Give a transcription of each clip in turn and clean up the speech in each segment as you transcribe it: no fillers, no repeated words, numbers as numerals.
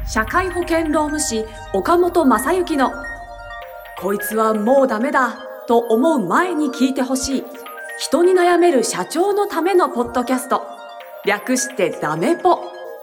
社会保険労務士岡本正幸のこいつはもうダメだと思う前に聞いてほしい人に悩める社長のためのポッドキャスト、略してダメポ。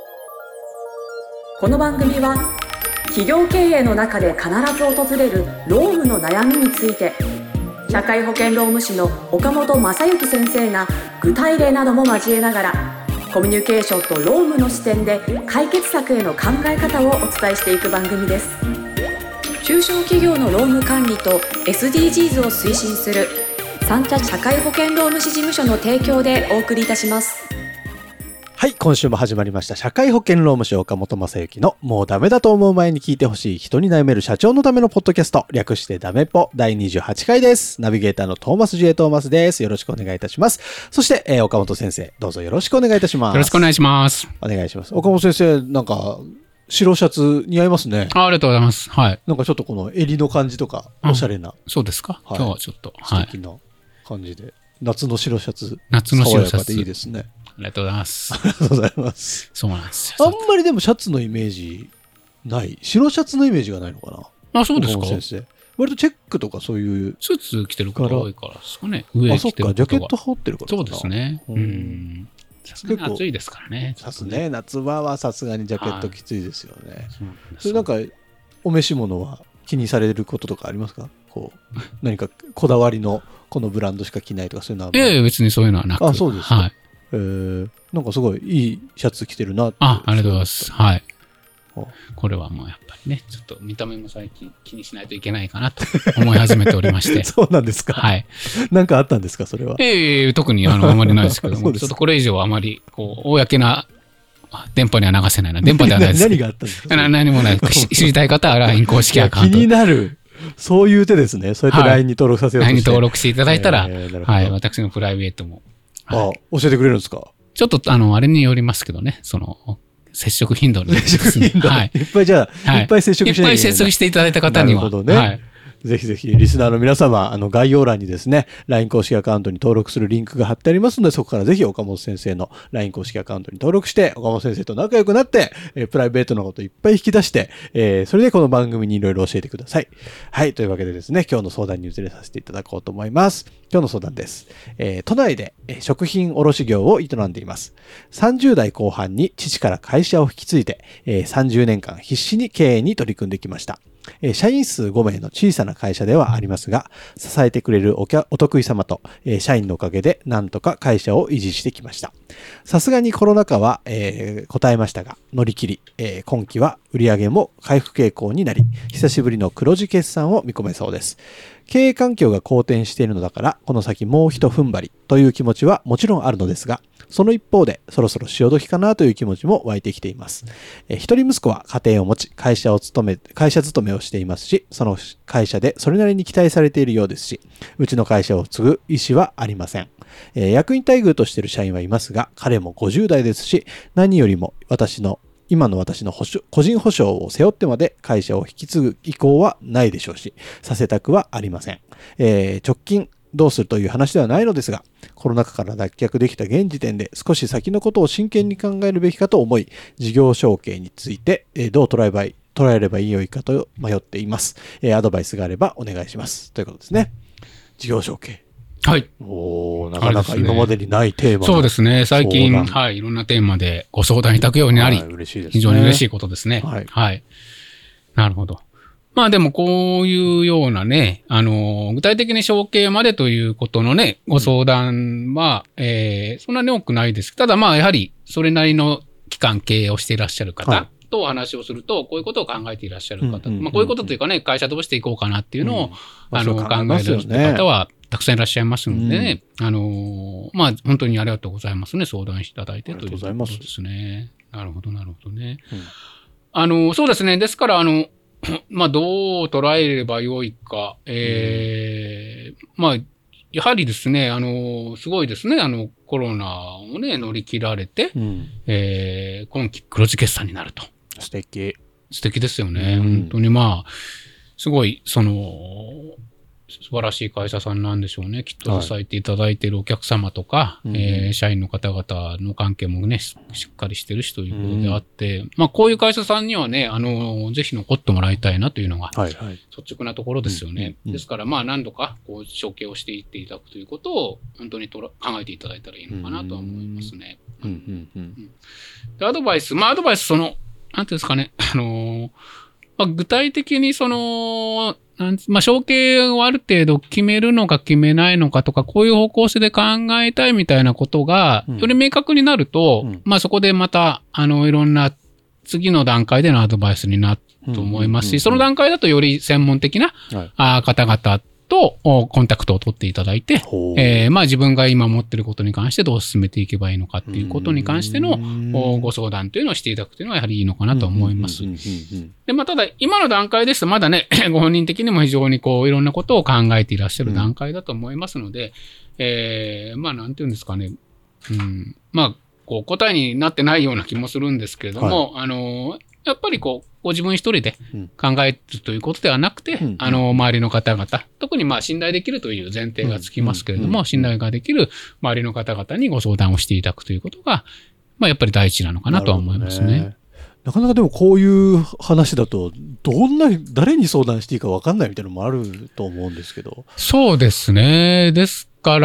この番組は企業経営の中で必ず訪れる労務の悩みについて、社会保険労務士の岡本正幸先生が具体例なども交えながらコミュニケーションと労務の視点で解決策への考え方をお伝えしていく番組です。中小企業の労務管理と SDGs を推進する三茶社会保険労務士事務所の提供でお送りいたします。 はい、今週も始まりました社会保険労務士岡本正幸のもうダメだと思う前に聞いてほしい人に悩める社長のためのポッドキャスト、略してダメポ第28回です。ナビゲーターのトーマス J トーマスです。よろしくお願いいたします。そして、岡本先生、どうぞよろしくお願いいたします。 よろしくお願いします。 お願いします。岡本先生、なんか白シャツ似合いますね。 ありがとうございます。はい。 なんかちょっとこの襟の感じとかおしゃれな、 そうですか、はい、今日はちょっと素敵な感じで、夏の白シャツ、 夏の白シャツ爽やかでいいですね。 ありがとうございます。 ありがとうございます。 そうなんですよ。 あんまりでもシャツのイメージない。白シャツのイメージがないのかな。 あ、そうですか。 先生。割とチェックとかそういうスーツ着てる方が多いからですかね。上着てる方が。 あ、そっか。ジャケット羽織ってるからかな。 そうですね。さすがに暑いですからね。 さすね。夏場はさすがにジャケットきついですよね。それななんかお召し物は気にされることとかありますか？こう何かこだわりのこのブランドしか着ないとかそういうのは。 別にそういうのはなく。 あ、そうですか。 はい。 なんかすごいいいシャツ着てるなって。 ありがとうございます。はい。これはもうやっぱりね、ちょっと見た目も最近気にしないといけないかなと思い始めておりまして。 そうなんですか。 はい。 なんかあったんですか、それは。 特にあまりないですけども、ちょっとこれ以上あまりこう公な電波には流せないな。電波ではないです。 何があったんですか。 何もない。知りたい方は LINE 公式アカウント。 気になる。そういう手ですね。そうやって LINE に登録させようとして。 LINE に登録していただいたら、はい、私のプライベートも。 教えてくれるんですか。 ちょっとあれによりますけどね、接触頻度によりますね。はい。 いっぱいじゃあ、いっぱい接触していっぱい接触していただいた方には。 なるほどね。はい。ぜひぜひ、リスナーの皆様、概要欄にですね、LINE 公式アカウントに登録するリンクが貼ってありますので、そこからぜひ岡本先生の LINE 公式アカウントに登録して、岡本先生と仲良くなって、プライベートなこといっぱい引き出して、それでこの番組にいろいろ教えてください。はい。というわけでですね、今日の相談に移れさせていただこうと思います。今日の相談です。都内で食品卸業を営んでいます。30代後半に父から会社を引き継いで、30年間必死に経営に取り組んできました。社員数5名の小さな会社ではありますが、支えてくれるお得意様と、社員のおかげでなんとか会社を維持してきました。さすがにコロナ禍は、答えましたが、乗り切り、今期は売上も回復傾向になり、久しぶりの黒字決算を見込めそうです。経営環境が好転しているのだから、この先もう一踏ん張りという気持ちはもちろんあるのですが、その一方でそろそろ潮時かなという気持ちも湧いてきています。一人息子は家庭を持ち、会社勤めをしていますし、その会社でそれなりに期待されているようですし、うちの会社を継ぐ意思はありません。役員待遇としている社員はいますが、彼も50代ですし、何よりも今の私の個人保証を背負ってまで会社を引き継ぐ意向はないでしょうし、させたくはありません。直近どうするという話ではないのですが、コロナ禍から脱却できた現時点で少し先のことを真剣に考えるべきかと思い、事業承継についてどう捉えればいいかと迷っています。アドバイスがあればお願いします。ということですね。事業承継。 はい。 なかなか今までにないテーマ、 そうですね。最近、はい、いろんなテーマでご相談いただくようになり、 嬉しいですね。 非常に嬉しいことですね。 はい。 はい。なるほど。まあでもこういうようなね、具体的に承継までということのね、ご相談は、そんなに多くないです。ただまあやはりそれなりの期間経営をしていらっしゃる方とお話をすると、こういうことを考えていらっしゃる方、まあこういうことというかね、会社どうしていこうかなっていうのを、考えていらっしゃる方はたくさんいらっしゃいますのでね、まあ本当にありがとうございますね、相談していただいてということですね。なるほど、なるほどね。そうですね。ですから、まあ、どう捉えればよいか。まあ、やはりですね、すごいですね、コロナをね、乗り切られて、今期黒字決算になると。 素敵ですよね。本当にまあ、すごい、 素晴らしい会社さんなんでしょうね。きっと支えていただいているお客様とか、社員の方々の関係もね、しっかりしてるしということであって、まあこういう会社さんにはね、ぜひ残ってもらいたいなというのが、率直なところですよね。ですからまあ何度か、こう、承継をしていっていただくということを、本当に考えていただいたらいいのかなとは思いますね。で、アドバイス、なんていうんですかね、まあ、具体的にまあ、承継をある程度決めるのか決めないのかとか、こういう方向性で考えたいみたいなことが、より明確になると、まあ、そこでまた、いろんな次の段階でのアドバイスになると思いますし、その段階だとより専門的な、方々とコンタクトを取っていただいて、まあ自分が今持っていることに関してどう進めていけばいいのかっていうことに関してのご相談というのをしていただくというのはやはりいいのかなと思います。で、まあただ今の段階ですとまだね、ご本人的にも非常にこういろんなことを考えていらっしゃる段階だと思いますので、まあなんていうんですかね、まあこう答えになってないような気もするんですけれども、やっぱりこう、ご自分一人で考えるということではなくて、周りの方々、特にまあ信頼できるという前提がつきますけれども、信頼ができる周りの方々にご相談をしていただくということが、まあやっぱり第一なのかなとは思いますね。 なかなかでもこういう話だと、誰に相談していいか分かんないみたいなのもあると思うんですけど。 そうですね。ですから、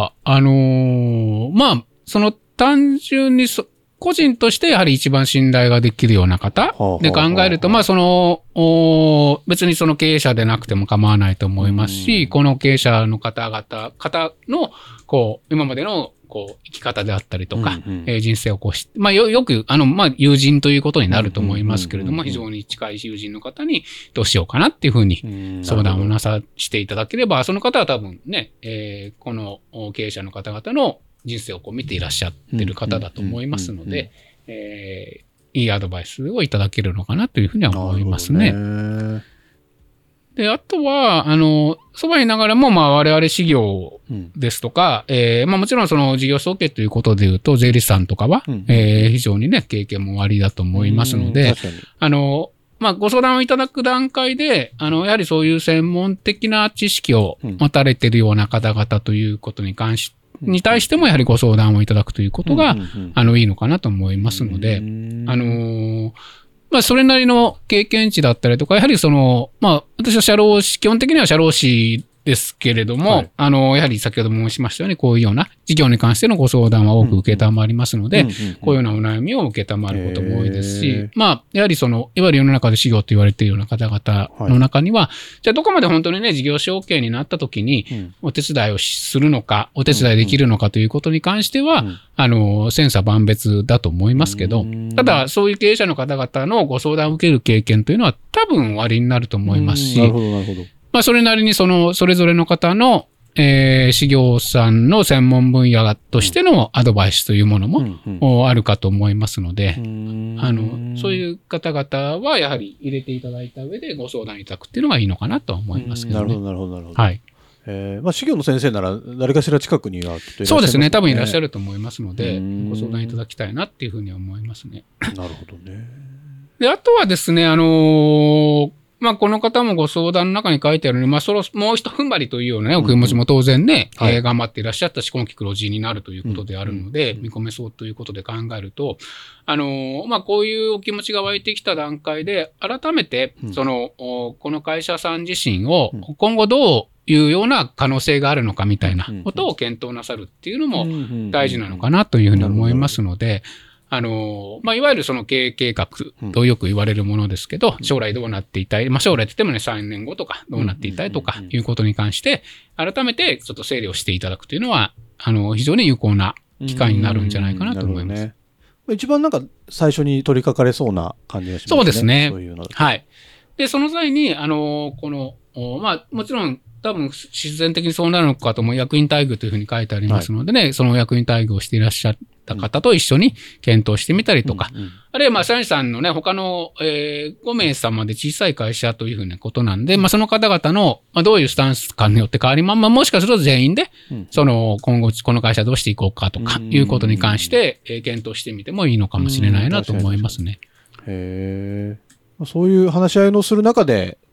まあ、単純に個人としてやはり一番信頼ができるような方で考えると、まあ別にその経営者でなくても構わないと思いますし、この経営者の方の、こう、今までの、こう、生き方であったりとか、人生をこうまあよく、まあ友人ということになると思いますけれども、非常に近い友人の方にどうしようかなっていうふうに相談をしていただければ、その方は多分ね、この経営者の方々の人生をこう見ていらっしゃってる方だと思いますので、いいアドバイスをいただけるのかなというふうには思いますね。で、あとは、そばにいながらも、まあ、我々事業ですとか、まあ、もちろんその事業承継ということで言うと、税理士さんとかは、非常にね、経験もおありだと思いますので、まあ、ご相談をいただく段階で、やはりそういう専門的な知識を持たれているような方々ということに対してもやはりご相談をいただくということが、いいのかなと思いますので、まあ、それなりの経験値だったりとか、やはりまあ、私は基本的には社労士ですけれども、やはり先ほども申しましたように、こういうような事業に関してのご相談は多く受けたまりますので、こういうようなお悩みを受けたまることも多いですし、まあ、やはりいわゆる世の中で事業と言われているような方々の中には、じゃあどこまで本当にね、事業承継になった時に、お手伝いをするのか、お手伝いできるのかということに関しては、千差万別だと思いますけど、ただ、そういう経営者の方々のご相談を受ける経験というのは多分おありになると思いますし、 なるほど、なるほど。 まあ、それなりにそれぞれの方の、事業さんの専門分野としてのアドバイスというものも、あるかと思いますので、そういう方々はやはり入れていただいた上でご相談いただくっていうのがいいのかなと思いますけどね。 なるほど、なるほど、なるほど。 はい。 まあ、事業の先生なら誰かしら近くにはそうですね。多分いらっしゃると思いますので、ご相談いただきたいなっていうふうには思いますね。 なるほどね。 で、あとはですね、まあ、この方もご相談の中に書いてあるように、まあ、もう一踏ん張りというようなね、お気持ちも当然ね、頑張っていらっしゃったし、今期黒字になるということであるので、見込めそうということで考えると、まあ、こういうお気持ちが湧いてきた段階で、改めて、この会社さん自身を、今後どういうような可能性があるのかみたいなことを検討なさるっていうのも大事なのかなというふうに思いますので、まあ、いわゆるその経営計画とよく言われるものですけど、将来どうなっていたい、まあ、将来って言ってもね、3年後とかどうなっていたいとかいうことに関して、改めてちょっと整理をしていただくというのは、非常に有効な機会になるんじゃないかなと思います。 一番なんか最初に取り掛かれそうな感じがしますね。 そうですね。 そういうの。 はい。で、その際に、まあ、もちろん、多分必然的にそうなるのかとも役員待遇というふうに書いてありますのでね、その役員待遇をしていらっしゃった方と一緒に検討してみたりとか、あるいはまあ、社員さんのね、他の、5名様で小さい会社というふうなことなんで、まあ、その方々の、まあ、どういうスタンスかによって変わりまあ、もしかすると全員で、今後この会社どうしていこうかとか、いうことに関して、検討してみてもいいのかもしれないなと思いますね。 へー。そういう話し合いのする中で、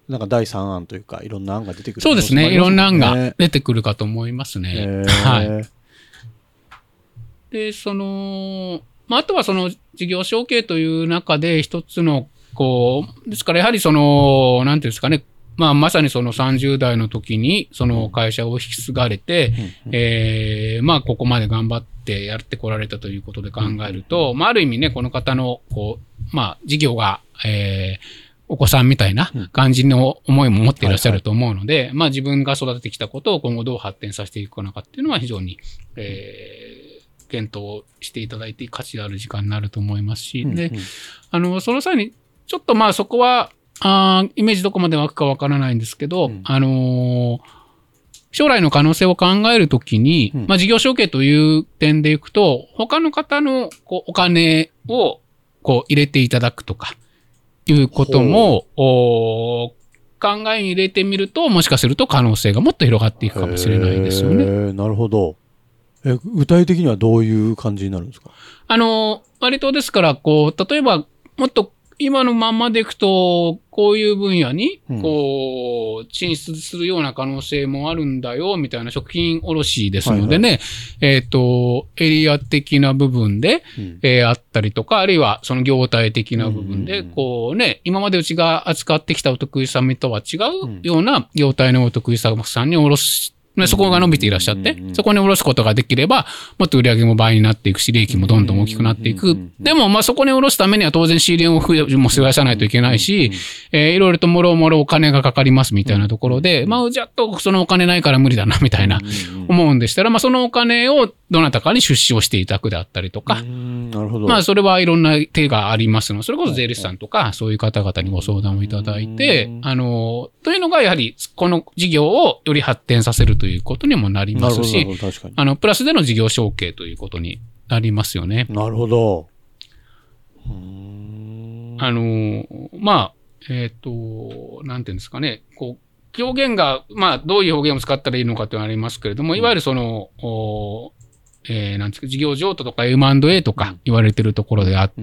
なんか第3案というか、いろんな案が出てくる、 そうですね。いろんな案が出てくるかと思いますね。はい。で、あとはその事業承継という中で一つの、ですからやはりなんていうんですかね、まさにその30代の時にその会社を引き継がれて、ここまで頑張ってやってこられたということで考えると、ある意味ね、この方の、事業が、お子さんみたいな感じの思いも持っていらっしゃると思うので、自分が育ててきたことを今後どう発展させていくのかっていうのは非常に、検討していただいて価値ある時間になると思いますし、で、その際に、ちょっとそこは、イメージどこまで湧くかわからないんですけど、将来の可能性を考えるときに、事業承継という点でいくと、他の方のお金を入れていただくとか、いうことも、考えに入れてみると、もしかすると可能性がもっと広がっていくかもしれないですよね。 なるほど。具体的にはどういう感じになるんですか？ 割とですから、例えば、もっと今のまんまでいくと、こういう分野に、進出するような可能性もあるんだよ、みたいな食品卸ですのでね、エリア的な部分で、あったりとか、あるいはその業態的な部分で、今までうちが扱ってきたお得意様とは違うような業態のお得意様さんに卸しそこが伸びていらっしゃって、そこに下ろすことができれば、もっと売り上げも倍になっていくし、利益もどんどん大きくなっていく。でも、そこに下ろすためには当然仕入れを増やさないといけないし、いろいろともろもろお金がかかりますみたいなところで、じゃっとそのお金ないから無理だな、みたいな、思うんでしたら、そのお金をどなたかに出資をしていただくであったりとか、 なるほど。 それはいろんな手がありますので、それこそ税理士さんとか、そういう方々にご相談をいただいて、というのがやはり、この事業をより発展させるということにもなりますし、プラスでの事業承継ということになりますよね。 なるほど。 なんていうんですかね、表現が、どういう表現を使ったらいいのかというのはありますけれども、いわゆるなんですか、事業譲渡とか M&A とか言われてるところであって、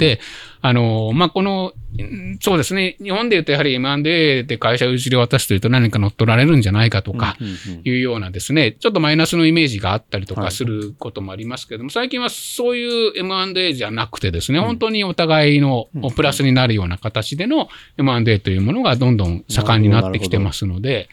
そうですね、日本で言うとやはり M&A で会社を譲り渡すというと何か乗っ取られるんじゃないかとかいうようなですね、ちょっとマイナスのイメージがあったりとかすることもありますけれども、最近はそういう M&A じゃなくてですね、本当にお互いのプラスになるような形での M&A というものがどんどん盛んになってきてますので、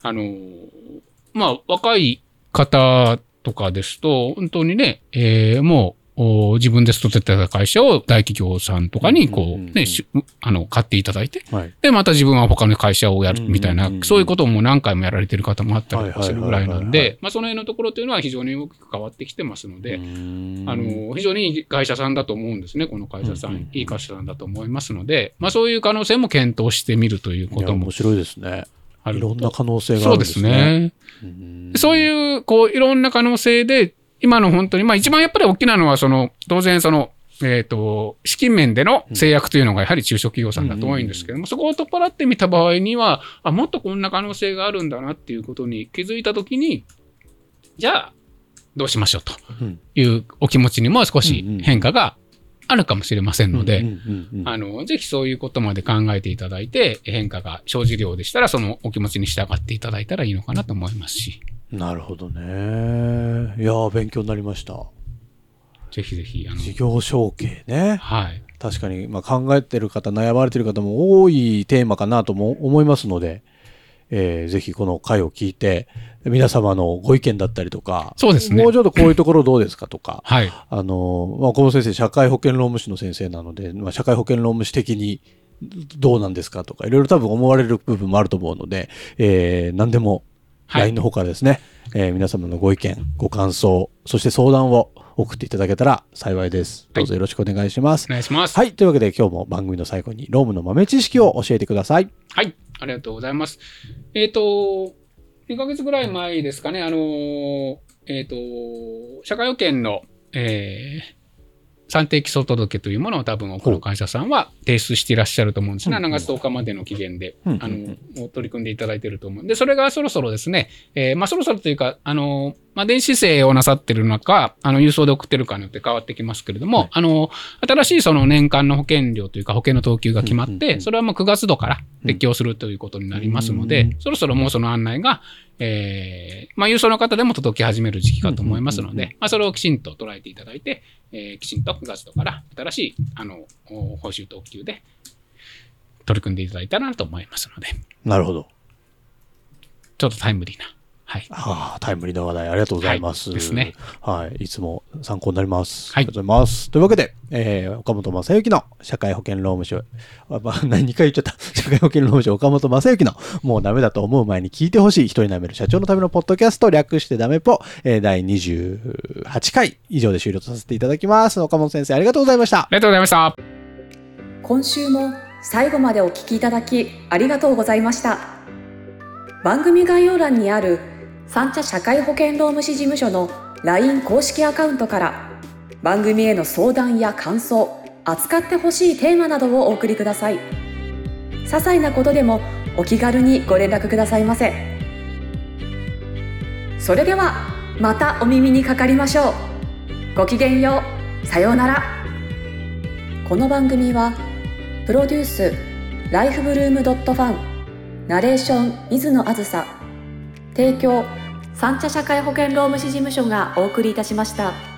若い方とかですと、本当にね、もう、自分で育てた会社を大企業さんとかに、買っていただいて、で、また自分は他の会社をやるみたいな、そういうことも何回もやられてる方もあったりするぐらいなんで、その辺のところというのは非常に大きく変わってきてますので、非常にいい会社さんだと思うんですね、この会社さん。いい会社さんだと思いますので、そういう可能性も検討してみるということも。 面白いですね。いろんな可能性があるんですね。 そうですね。そういう、いろんな可能性で、今の本当に、一番やっぱり大きなのは、当然資金面での制約というのがやはり中小企業さんだと多いんですけども、そこを取っ払ってみた場合には、もっとこんな可能性があるんだなっていうことに気づいたときに、じゃあ、どうしましょうというお気持ちにも少し変化があるかもしれませんので、ぜひそういうことまで考えていただいて、変化が生じるようでしたら、そのお気持ちに従っていただいたらいいのかなと思いますし。 なるほどね。いやー、勉強になりました。 ぜひぜひ。 事業承継ね。 はい。 確かに、考えてる方、悩まれてる方も多いテーマかなとも思いますので、ぜひこの回を聞いて、皆様のご意見だったりとか、 そうですね。 もうちょっとこういうところどうですかとか、 はい。 この先生、社会保険労務士の先生なので、社会保険労務士的にどうなんですかとか、いろいろ多分思われる部分もあると思うので、何でも LINE の方からですね、皆様のご意見、ご感想、そして相談を送っていただけたら幸いです。どうぞよろしくお願いします。 お願いします。 はい。というわけで今日も番組の最後に労務の豆知識を教えてください。 はい。ありがとうございます。2ヶ月ぐらい前ですかね、社会保険の、 算定基礎届というものを多分多くの会社さんは提出していらっしゃると思うんですね。 うん 7月10日までの期限で、 うん取り組んでいただいていると思うんで、それがそろそろですね、そろそろというか、電子製をなさってるのか、郵送で送ってるかによって変わってきますけれども、新しいその年間の保険料というか保険の等級が決まって、それはもう9月度から適用するということになりますので、そろそろもうその案内が、郵送の方でも届き始める時期かと思いますので、それをきちんと捉えていただいて、きちんと9月度から新しい、報酬等級で取り組んでいただいたらなと思いますので。 なるほど。 ちょっとタイムリーな。はい。 タイムリーな話題ありがとうございます。 はい、ですね。 はい。いつも参考になります。 はい。 ありがとうございます。というわけで、岡本正幸の社会保険労務省、2回言っちゃった。社会保険労務省岡本正幸のもうダメだと思う前に聞いてほしい一人舐める社長のためのポッドキャスト略してダメポ、第28回以上で終了とさせていただきます。岡本先生ありがとうございました。 ありがとうございました。 今週も最後までお聞きいただきありがとうございました。番組概要欄にある三茶社会保険労務士事務所の LINE 公式アカウントから番組への相談や感想、扱ってほしいテーマなどをお送りください。些細なことでもお気軽にご連絡くださいませ。それではまたお耳にかかりましょう。ごきげんよう。さようなら。この番組はプロデュースライフブルームドットファン、ナレーション水野あずさ、提供三茶社会保険労務士事務所がお送りいたしました。